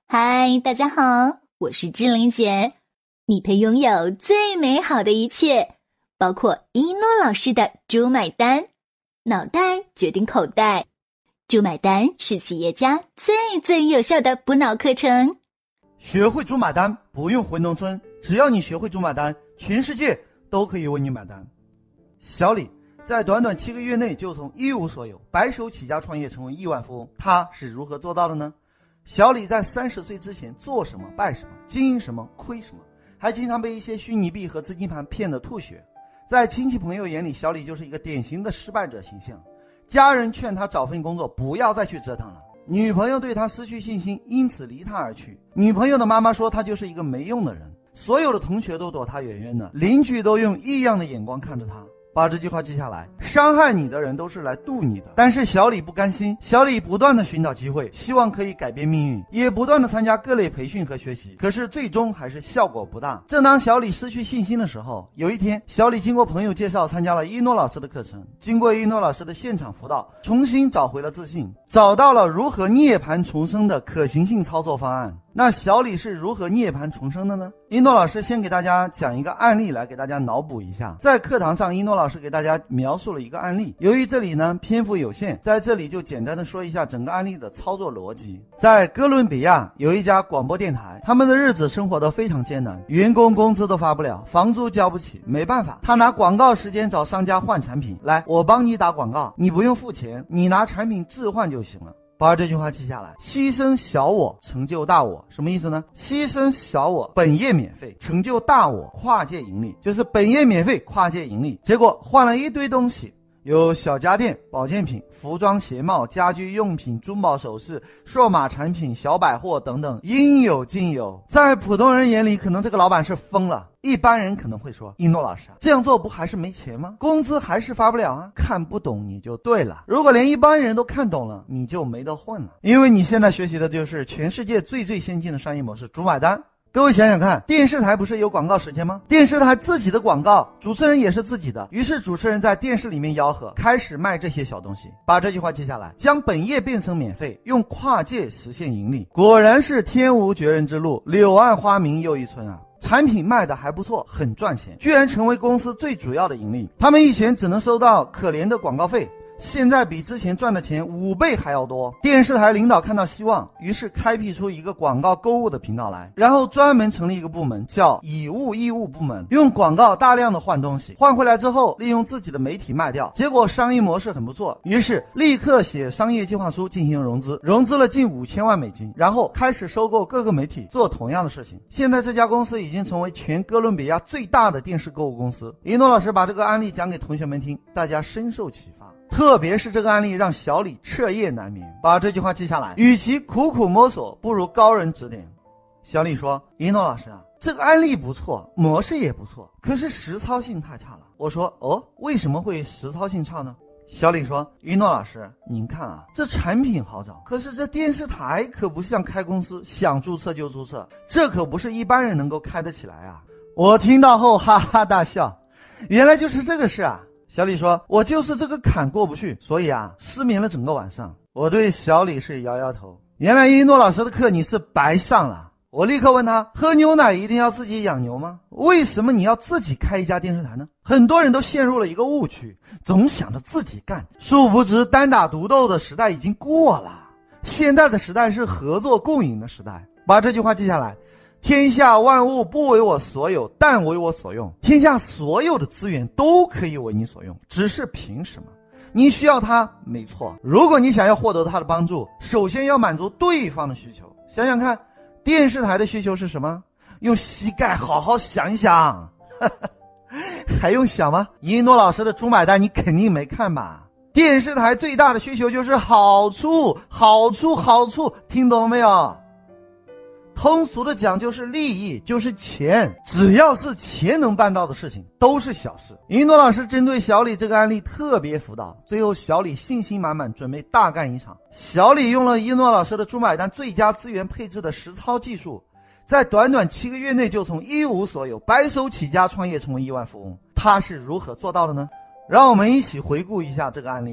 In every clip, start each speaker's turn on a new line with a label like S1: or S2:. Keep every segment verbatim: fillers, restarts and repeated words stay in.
S1: 嗨，大家好，我是志玲姐。你配拥有最美好的一切，包括一诺老师的猪买单。脑袋决定口袋，猪买单是企业家最最有效的补脑课程。
S2: 学会猪买单，不用回农村，只要你学会猪买单，全世界都可以为你买单。小李在短短七个月内就从一无所有白手起家创业成为亿万富翁，他是如何做到的呢？小李在三十岁之前做什么败什么，经营什么亏什么，还经常被一些虚拟币和资金盘骗得吐血。在亲戚朋友眼里，小李就是一个典型的失败者形象。家人劝他找份工作，不要再去折腾了。女朋友对他失去信心，因此离他而去。女朋友的妈妈说他就是一个没用的人，所有的同学都躲他远远的，邻居都用异样的眼光看着他。把这句话记下来，伤害你的人都是来渡你的。但是小李不甘心，小李不断的寻找机会，希望可以改变命运，也不断的参加各类培训和学习，可是最终还是效果不大。正当小李失去信心的时候，有一天，小李经过朋友介绍参加了一诺老师的课程，经过一诺老师的现场辅导，重新找回了自信，找到了如何涅槃重生的可行性操作方案。那小李是如何涅槃重生的呢？一诺老师先给大家讲一个案例来给大家脑补一下。在课堂上，一诺老师给大家描述了一个案例，由于这里呢篇幅有限，在这里就简单的说一下整个案例的操作逻辑。在哥伦比亚有一家广播电台，他们的日子生活得非常艰难，员工工资都发不了，房租交不起，没办法，他拿广告时间找商家换产品，来，我帮你打广告，你不用付钱，你拿产品置换就行了。把这句话记下来，牺牲小我成就大我，什么意思呢？牺牲小我本业免费，成就大我跨界盈利，就是本业免费跨界盈利，结果换了一堆东西，有小家电、保健品、服装鞋帽、家居用品、珠宝首饰、数码产品、小百货等等，应有尽有。在普通人眼里，可能这个老板是疯了，一般人可能会说，一诺老师啊，这样做不还是没钱吗？工资还是发不了啊？看不懂你就对了。如果连一般人都看懂了，你就没得混了，因为你现在学习的就是全世界最最先进的商业模式，主买单。各位想想看，电视台不是有广告时间吗？电视台自己的广告，主持人也是自己的，于是主持人在电视里面吆喝，开始卖这些小东西。把这句话记下来，将本业变成免费，用跨界实现盈利。果然是天无绝人之路，柳暗花明又一村啊。产品卖的还不错，很赚钱，居然成为公司最主要的盈利。他们以前只能收到可怜的广告费，现在比之前赚的钱五倍还要多。电视台领导看到希望，于是开辟出一个广告购物的频道来，然后专门成立一个部门，叫以物易物部门，用广告大量的换东西，换回来之后利用自己的媒体卖掉，结果商业模式很不错，于是立刻写商业计划书进行融资，融资了近五千万美金，然后开始收购各个媒体，做同样的事情。现在这家公司已经成为全哥伦比亚最大的电视购物公司。一诺老师把这个案例讲给同学们听，大家深受启发，特别是这个案例让小李彻夜难眠。把这句话记下来，与其苦苦摸索，不如高人指点。小李说，一诺老师啊，这个案例不错，模式也不错，可是实操性太差了。我说，哦，为什么会实操性差呢？小李说，一诺老师，您看啊，这产品好找，可是这电视台可不像开公司，想注册就注册，这可不是一般人能够开得起来啊。我听到后哈哈大笑，原来就是这个事啊。小李说，我就是这个坎过不去，所以啊失眠了整个晚上。我对小李是摇摇头，原来一诺老师的课你是白上了。我立刻问他，喝牛奶一定要自己养牛吗？为什么你要自己开一家电视台呢？很多人都陷入了一个误区，总想着自己干，殊不知单打独斗的时代已经过了，现在的时代是合作共赢的时代。把这句话记下来，天下万物不为我所有，但为我所用。天下所有的资源都可以为你所用，只是凭什么？你需要它，没错。如果你想要获得它的帮助，首先要满足对方的需求。想想看，电视台的需求是什么？用膝盖好好想一想。还用想吗？一诺老师的猪买单你肯定没看吧？电视台最大的需求就是好处，好处，好处，听懂了没有？通俗的讲就是利益，就是钱，只要是钱能办到的事情都是小事。一诺老师针对小李这个案例特别辅导，最后小李信心满满，准备大干一场。小李用了一诺老师的猪买单最佳资源配置的实操技术，在短短七个月内就从一无所有白手起家创业成为亿万富翁。他是如何做到的呢？让我们一起回顾一下这个案例。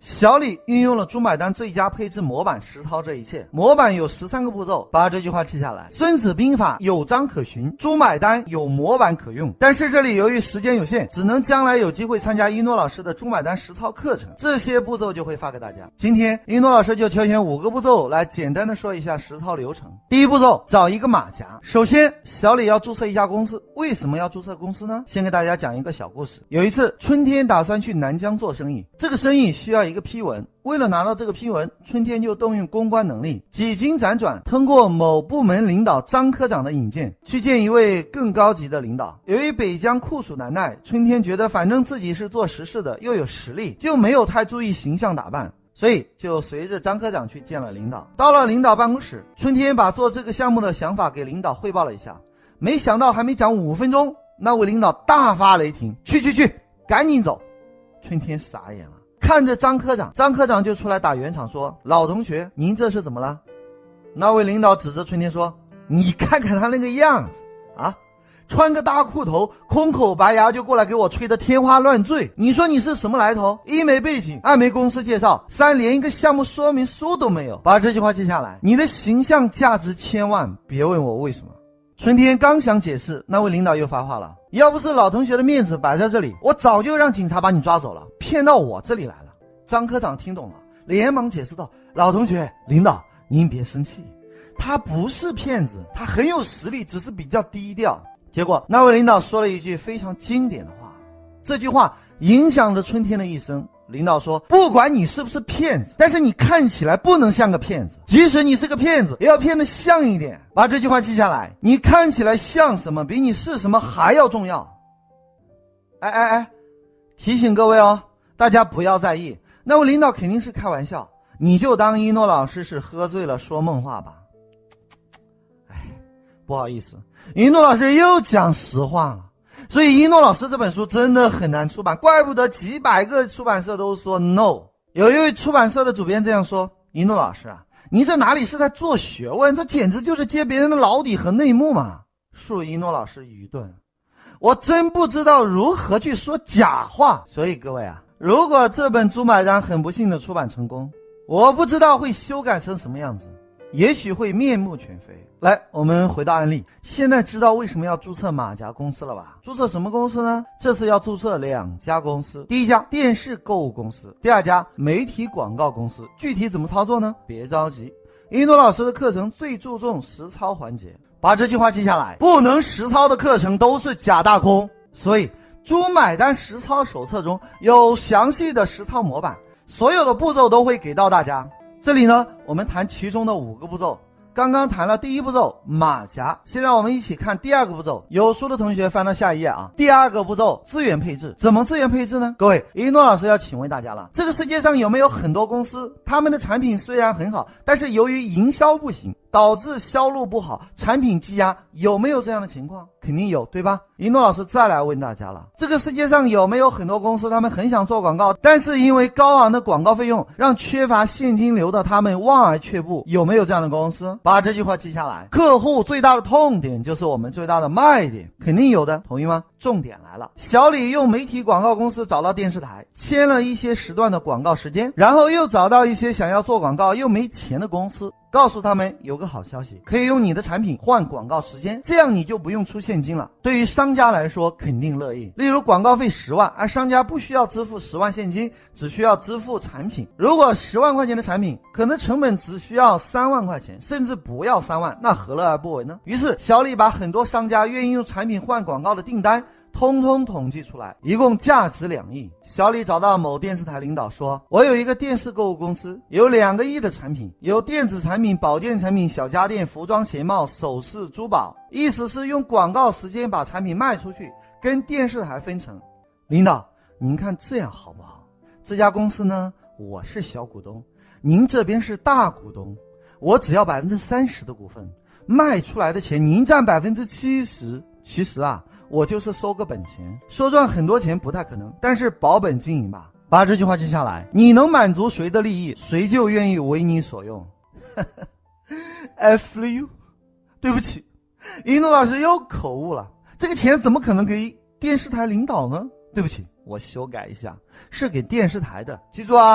S2: 小李运用了猪买单最佳配置模板实操这一切。模板有十三个步骤，把这句话记下来。孙子兵法有章可循，猪买单有模板可用。但是这里由于时间有限，只能将来有机会参加一诺老师的猪买单实操课程，这些步骤就会发给大家。今天一诺老师就挑选五个步骤来简单的说一下实操流程。第一步骤，找一个马甲。首先，小李要注册一家公司。为什么要注册公司呢？先给大家讲一个小故事。有一次，春天打算去南疆做生意，这个生意需要一个批文。为了拿到这个批文，春天就动用公关能力，几经辗转，通过某部门领导张科长的引荐，去见一位更高级的领导。由于北疆酷暑难耐，春天觉得反正自己是做实事的，又有实力，就没有太注意形象打扮，所以就随着张科长去见了领导。到了领导办公室，春天把做这个项目的想法给领导汇报了一下，没想到还没讲五分钟，那位领导大发雷霆，去去去，赶紧走。春天傻眼了，看着张科长，张科长就出来打圆场说，老同学，您这是怎么了？那位领导指着春天说，你看看他那个样子啊，穿个大裤头，空口白牙就过来给我吹得天花乱坠，你说你是什么来头？一没背景，二没公司介绍，三连一个项目说明书都没有。把这句话记下来，你的形象价值千万，别问我为什么。春天刚想解释，那位领导又发话了，要不是老同学的面子摆在这里，我早就让警察把你抓走了，骗到我这里来了。张科长听懂了，连忙解释道，老同学，领导您别生气，他不是骗子，他很有实力，只是比较低调。结果那位领导说了一句非常经典的话，这句话影响了春天的一生。领导说，不管你是不是骗子，但是你看起来不能像个骗子，即使你是个骗子，也要骗得像一点。把这句话记下来，你看起来像什么比你是什么还要重要。哎哎哎，提醒各位哦，大家不要在意，那位领导肯定是开玩笑，你就当一诺老师是喝醉了说梦话吧。哎，不好意思，一诺老师又讲实话了。所以一诺老师这本书真的很难出版，怪不得几百个出版社都说 no。 有一位出版社的主编这样说，一诺老师啊，你这哪里是在做学问，这简直就是揭别人的老底和内幕嘛。恕一诺老师愚钝，我真不知道如何去说假话。所以各位啊，如果这本猪买单很不幸的出版成功，我不知道会修改成什么样子，也许会面目全非。来，我们回到案例，现在知道为什么要注册马甲公司了吧？注册什么公司呢？这次要注册两家公司，第一家电视购物公司，第二家媒体广告公司。具体怎么操作呢？别着急，一诺老师的课程最注重实操环节，把这句话记下来，不能实操的课程都是假大空。所以猪买单实操手册中有详细的实操模板，所有的步骤都会给到大家。这里呢，我们谈其中的五个步骤。刚刚谈了第一步骤马甲，现在我们一起看第二个步骤。有书的同学翻到下一页啊。第二个步骤资源配置，怎么资源配置呢？各位，一诺老师要请问大家了，这个世界上有没有很多公司，他们的产品虽然很好，但是由于营销不行，导致销路不好，产品积压，有没有这样的情况？肯定有，对吧？一诺老师再来问大家了，这个世界上有没有很多公司，他们很想做广告，但是因为高昂的广告费用让缺乏现金流的他们望而却步，有没有这样的公司？把这句话记下来，客户最大的痛点就是我们最大的卖点，肯定有的，同意吗？重点来了，小李用媒体广告公司找到电视台，签了一些时段的广告时间，然后又找到一些想要做广告又没钱的公司，告诉他们有个好消息，可以用你的产品换广告时间，这样你就不用出现金了。对于商家来说肯定乐意。例如广告费十万，而商家不需要支付十万现金，只需要支付产品。如果十万块钱的产品可能成本只需要三万块钱，甚至不要三万，那何乐而不为呢？于是小李把很多商家愿意用产品换广告的订单通通统计出来，一共价值两亿。小李找到某电视台领导说，我有一个电视购物公司，有两个亿的产品，有电子产品、保健产品、小家电、服装鞋帽、首饰珠宝，意思是用广告时间把产品卖出去，跟电视台分成。领导，您看这样好不好？这家公司呢，我是小股东，您这边是大股东，我只要百分之三十的股份，卖出来的钱您占百分之七十。其实啊，我就是收个本钱，说赚很多钱不太可能，但是保本经营吧。把这句话记下来，你能满足谁的利益，谁就愿意为你所用。F you， 对不起，一诺老师又口误了，这个钱怎么可能给电视台领导呢？对不起，我修改一下，是给电视台的。记住啊，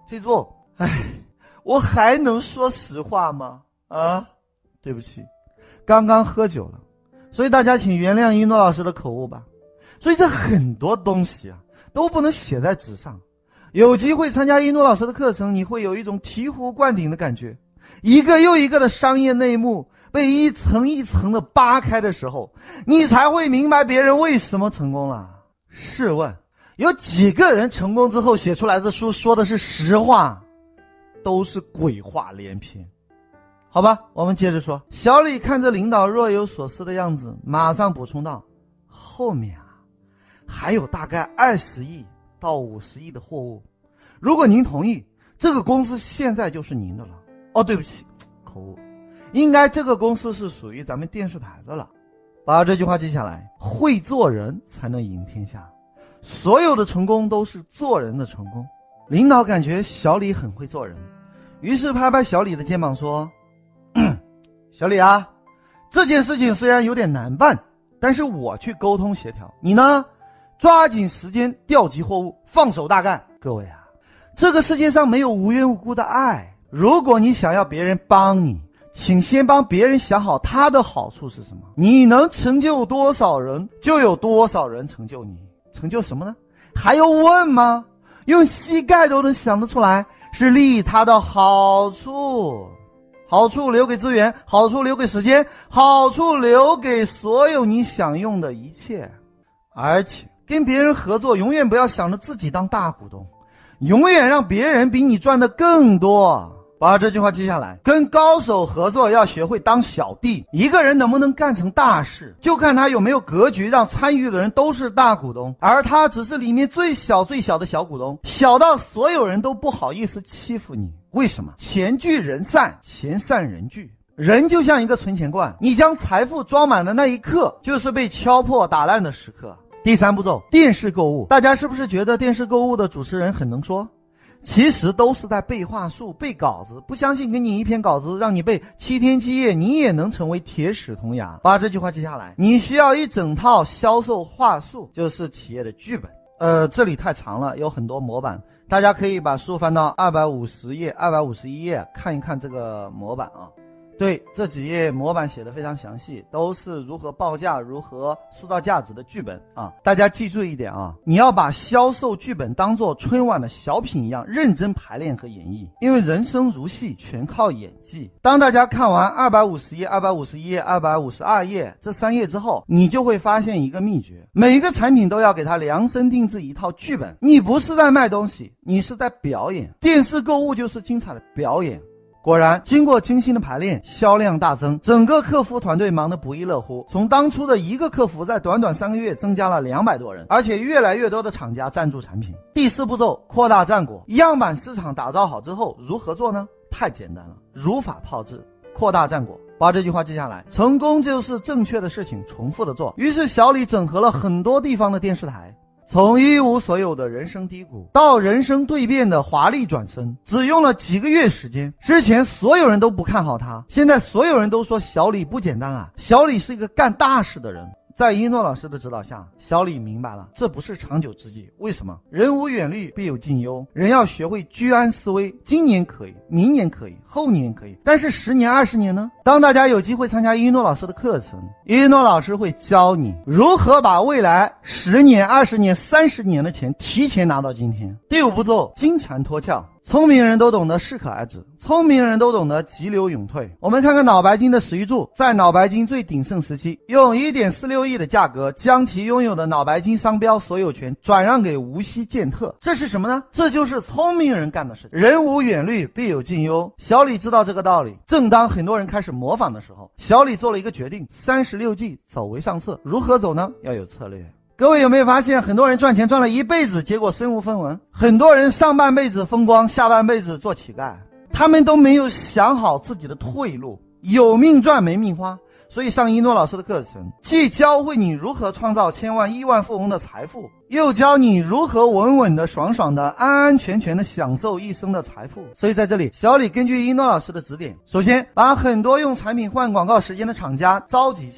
S2: 记住，哎，我还能说实话吗？啊，对不起，刚刚喝酒了，所以大家请原谅一诺老师的口误吧。所以这很多东西啊，都不能写在纸上。有机会参加一诺老师的课程，你会有一种醍醐灌顶的感觉。一个又一个的商业内幕被一层一层的扒开的时候，你才会明白别人为什么成功了。试问，有几个人成功之后写出来的书说的是实话？都是鬼话连篇。好吧，我们接着说。小李看着领导若有所思的样子，马上补充道，后面啊还有大概二十亿到五十亿的货物，如果您同意，这个公司现在就是您的了。哦，对不起，口误，应该这个公司是属于咱们电视台的了。把这句话记下来，会做人才能赢天下，所有的成功都是做人的成功。领导感觉小李很会做人，于是拍拍小李的肩膀说，小李啊，这件事情虽然有点难办，但是我去沟通协调，你呢抓紧时间调集货物，放手大干。各位啊，这个世界上没有无缘无故的爱，如果你想要别人帮你，请先帮别人想好他的好处是什么。你能成就多少人，就有多少人成就你。成就什么呢？还用问吗？用膝盖都能想得出来，是利他的好处。好处留给资源，好处留给时间，好处留给所有你想用的一切。而且跟别人合作，永远不要想着自己当大股东，永远让别人比你赚的更多。把这句话记下来，跟高手合作要学会当小弟。一个人能不能干成大事，就看他有没有格局，让参与的人都是大股东，而他只是里面最小最小的小股东，小到所有人都不好意思欺负你。为什么？钱聚人散，钱散人聚。人就像一个存钱罐，你将财富装满的那一刻，就是被敲破打烂的时刻。第三步骤，电视购物。大家是不是觉得电视购物的主持人很能说？其实都是在背话术、背稿子，不相信给你一篇稿子让你背七天七夜，你也能成为铁齿铜牙。把这句话记下来，你需要一整套销售话术，就是企业的剧本。呃，这里太长了，有很多模板，大家可以把书翻到二百五十页、二百五十一页看一看这个模板啊。对，这几页模板写的非常详细，都是如何报价、如何塑造价值的剧本啊！大家记住一点啊，你要把销售剧本当作春晚的小品一样认真排练和演绎，因为人生如戏，全靠演技。当大家看完二百五十页、二百五十一页、二百五十二页这三页之后，你就会发现一个秘诀：每一个产品都要给它量身定制一套剧本。你不是在卖东西，你是在表演。电视购物就是精彩的表演。果然，经过精心的排练，销量大增，整个客服团队忙得不亦乐乎。从当初的一个客服，在短短三个月增加了两百多人，而且越来越多的厂家赞助产品。第四步骤，扩大战果。样板市场打造好之后，如何做呢？太简单了，如法炮制，扩大战果。把这句话记下来，成功就是正确的事情重复的做。于是小李整合了很多地方的电视台，从一无所有的人生低谷到人生蜕变的华丽转身，只用了几个月时间。之前所有人都不看好他，现在所有人都说小李不简单啊，小李是一个干大事的人。在一诺老师的指导下，小李明白了，这不是长久之计。为什么？人无远虑，必有近忧。人要学会居安思危，今年可以，明年可以，后年可以，但是十年、二十年呢？当大家有机会参加一诺老师的课程，一诺老师会教你如何把未来十年、二十年、三十年的钱提前拿到今天。第五步骤，金蝉脱壳。聪明人都懂得适可而止，聪明人都懂得急流勇退。我们看看脑白金的史玉柱，在脑白金最鼎盛时期，用 一点四六亿的价格将其拥有的脑白金商标所有权转让给无锡健特。这是什么呢？这就是聪明人干的事情。人无远虑，必有近忧。小李知道这个道理，正当很多人开始模仿的时候，小李做了一个决定，三十六计，走为上策。如何走呢？要有策略。各位有没有发现，很多人赚钱赚了一辈子，结果身无分文？很多人上半辈子风光，下半辈子做乞丐，他们都没有想好自己的退路，有命赚没命花。所以上一诺老师的课程，既教会你如何创造千万亿万富翁的财富，又教你如何稳稳的爽爽的安安全全的享受一生的财富。所以在这里，小李根据一诺老师的指点，首先把很多用产品换广告时间的厂家召集起来，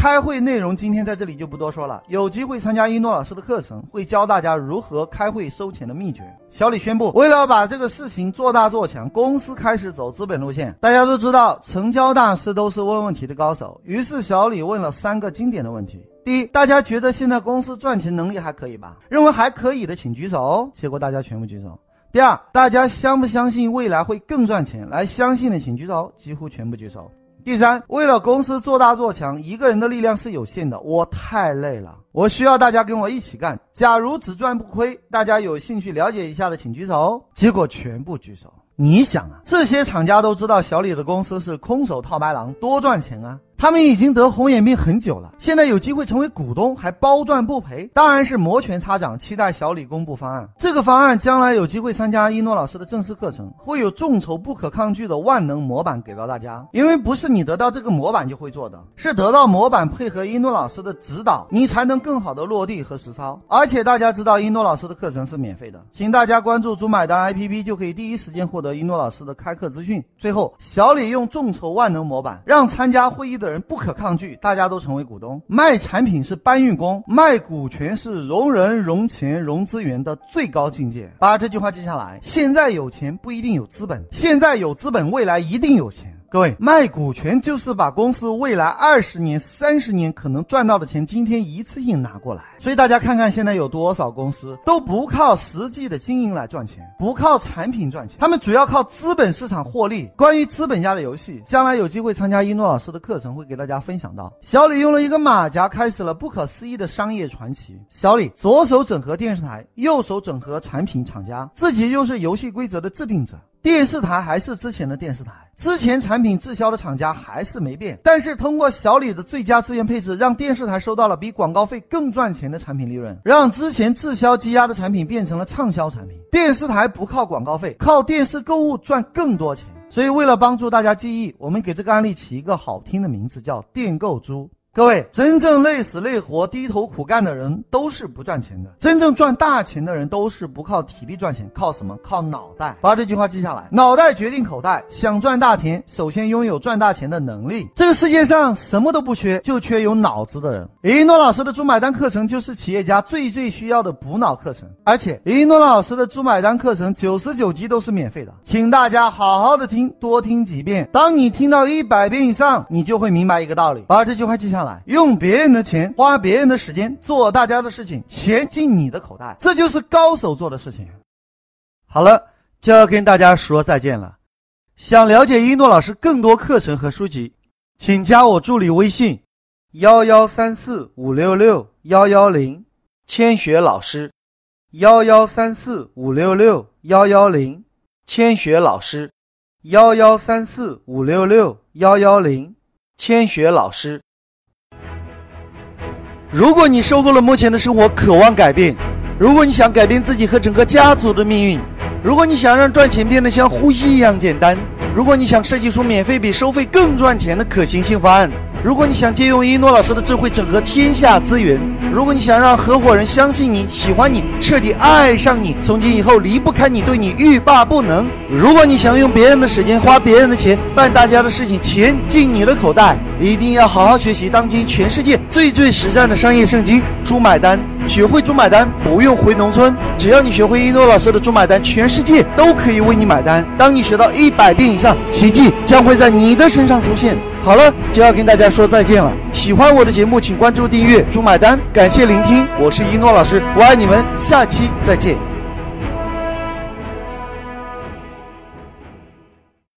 S2: 开会内容今天在这里就不多说了，有机会参加一诺老师的课程，会教大家如何开会收钱的秘诀。小李宣布，为了把这个事情做大做强，公司开始走资本路线。大家都知道，成交大师都是问问题的高手，于是小李问了三个经典的问题。第一，大家觉得现在公司赚钱能力还可以吧？认为还可以的请举手。结果大家全部举手。第二，大家相不相信未来会更赚钱？来相信的请举手，几乎全部举手。第三，为了公司做大做强，一个人的力量是有限的，我太累了，我需要大家跟我一起干。假如只赚不亏，大家有兴趣了解一下的请举手。结果全部举手。你想啊，这些厂家都知道小李的公司是空手套白狼，多赚钱啊，他们已经得红眼病很久了，现在有机会成为股东，还包赚不赔，当然是摩拳擦掌，期待小李公布方案。这个方案将来有机会参加一诺老师的正式课程，会有众筹不可抗拒的万能模板给到大家。因为不是你得到这个模板就会做的，是得到模板配合一诺老师的指导，你才能更好的落地和实操。而且大家知道一诺老师的课程是免费的，请大家关注猪买单 A P P 就可以第一时间获得一诺老师的开课资讯。最后，小李用众筹万能模板，让参加会议的人不可抗拒，大家都成为股东。卖产品是搬运工，卖股权是融人、融钱、融资源的最高境界。把这句话记下来，现在有钱不一定有资本，现在有资本，未来一定有钱。各位，卖股权就是把公司未来二十年、三十年可能赚到的钱，今天一次性拿过来。所以大家看看现在有多少公司都不靠实际的经营来赚钱，不靠产品赚钱，他们主要靠资本市场获利。关于资本家的游戏，将来有机会参加一诺老师的课程，会给大家分享到。小李用了一个马甲，开始了不可思议的商业传奇。小李左手整合电视台，右手整合产品厂家，自己又是游戏规则的制定者。电视台还是之前的电视台，之前产品滞销的厂家还是没变，但是通过小李的最佳资源配置，让电视台收到了比广告费更赚钱的产品利润，让之前滞销积压的产品变成了畅销产品。电视台不靠广告费，靠电视购物赚更多钱。所以为了帮助大家记忆，我们给这个案例起一个好听的名字，叫电购猪。各位，真正累死累活低头苦干的人都是不赚钱的，真正赚大钱的人都是不靠体力赚钱，靠什么？靠脑袋。把这句话记下来，脑袋决定口袋，想赚大钱，首先拥有赚大钱的能力。这个世界上什么都不缺，就缺有脑子的人。一诺老师的猪买单课程就是企业家最最需要的补脑课程，而且一诺老师的猪买单课程九十九集都是免费的，请大家好好的听，多听几遍。当你听到一百遍以上，你就会明白一个道理。把这句话记下来，用别人的钱，花别人的时间，做大家的事情，钱进你的口袋，这就是高手做的事情。好了，就要跟大家说再见了。想了解一诺老师更多课程和书籍，请加我助理微信幺幺三四五六六幺幺零，千雪老师幺幺三四五六六幺幺零，千雪老师幺幺三四五六六幺幺零，千雪老师。如果你受够了目前的生活，渴望改变，如果你想改变自己和整个家族的命运，如果你想让赚钱变得像呼吸一样简单，如果你想设计出免费比收费更赚钱的可行性方案，如果你想借用一诺老师的智慧整合天下资源，如果你想让合伙人相信你、喜欢你、彻底爱上你，从今以后离不开你，对你欲罢不能，如果你想用别人的时间花别人的钱办大家的事情，钱进你的口袋，一定要好好学习当今全世界最最实战的商业圣经猪买单。学会猪买单不用回农村，只要你学会一诺老师的猪买单，全世界都可以为你买单。当你学到一百遍以上，奇迹将会在你的身上出现。好了，就要跟大家说再见了。喜欢我的节目请关注订阅猪买单，感谢聆听，我是一诺老师，我爱你们，下期再见。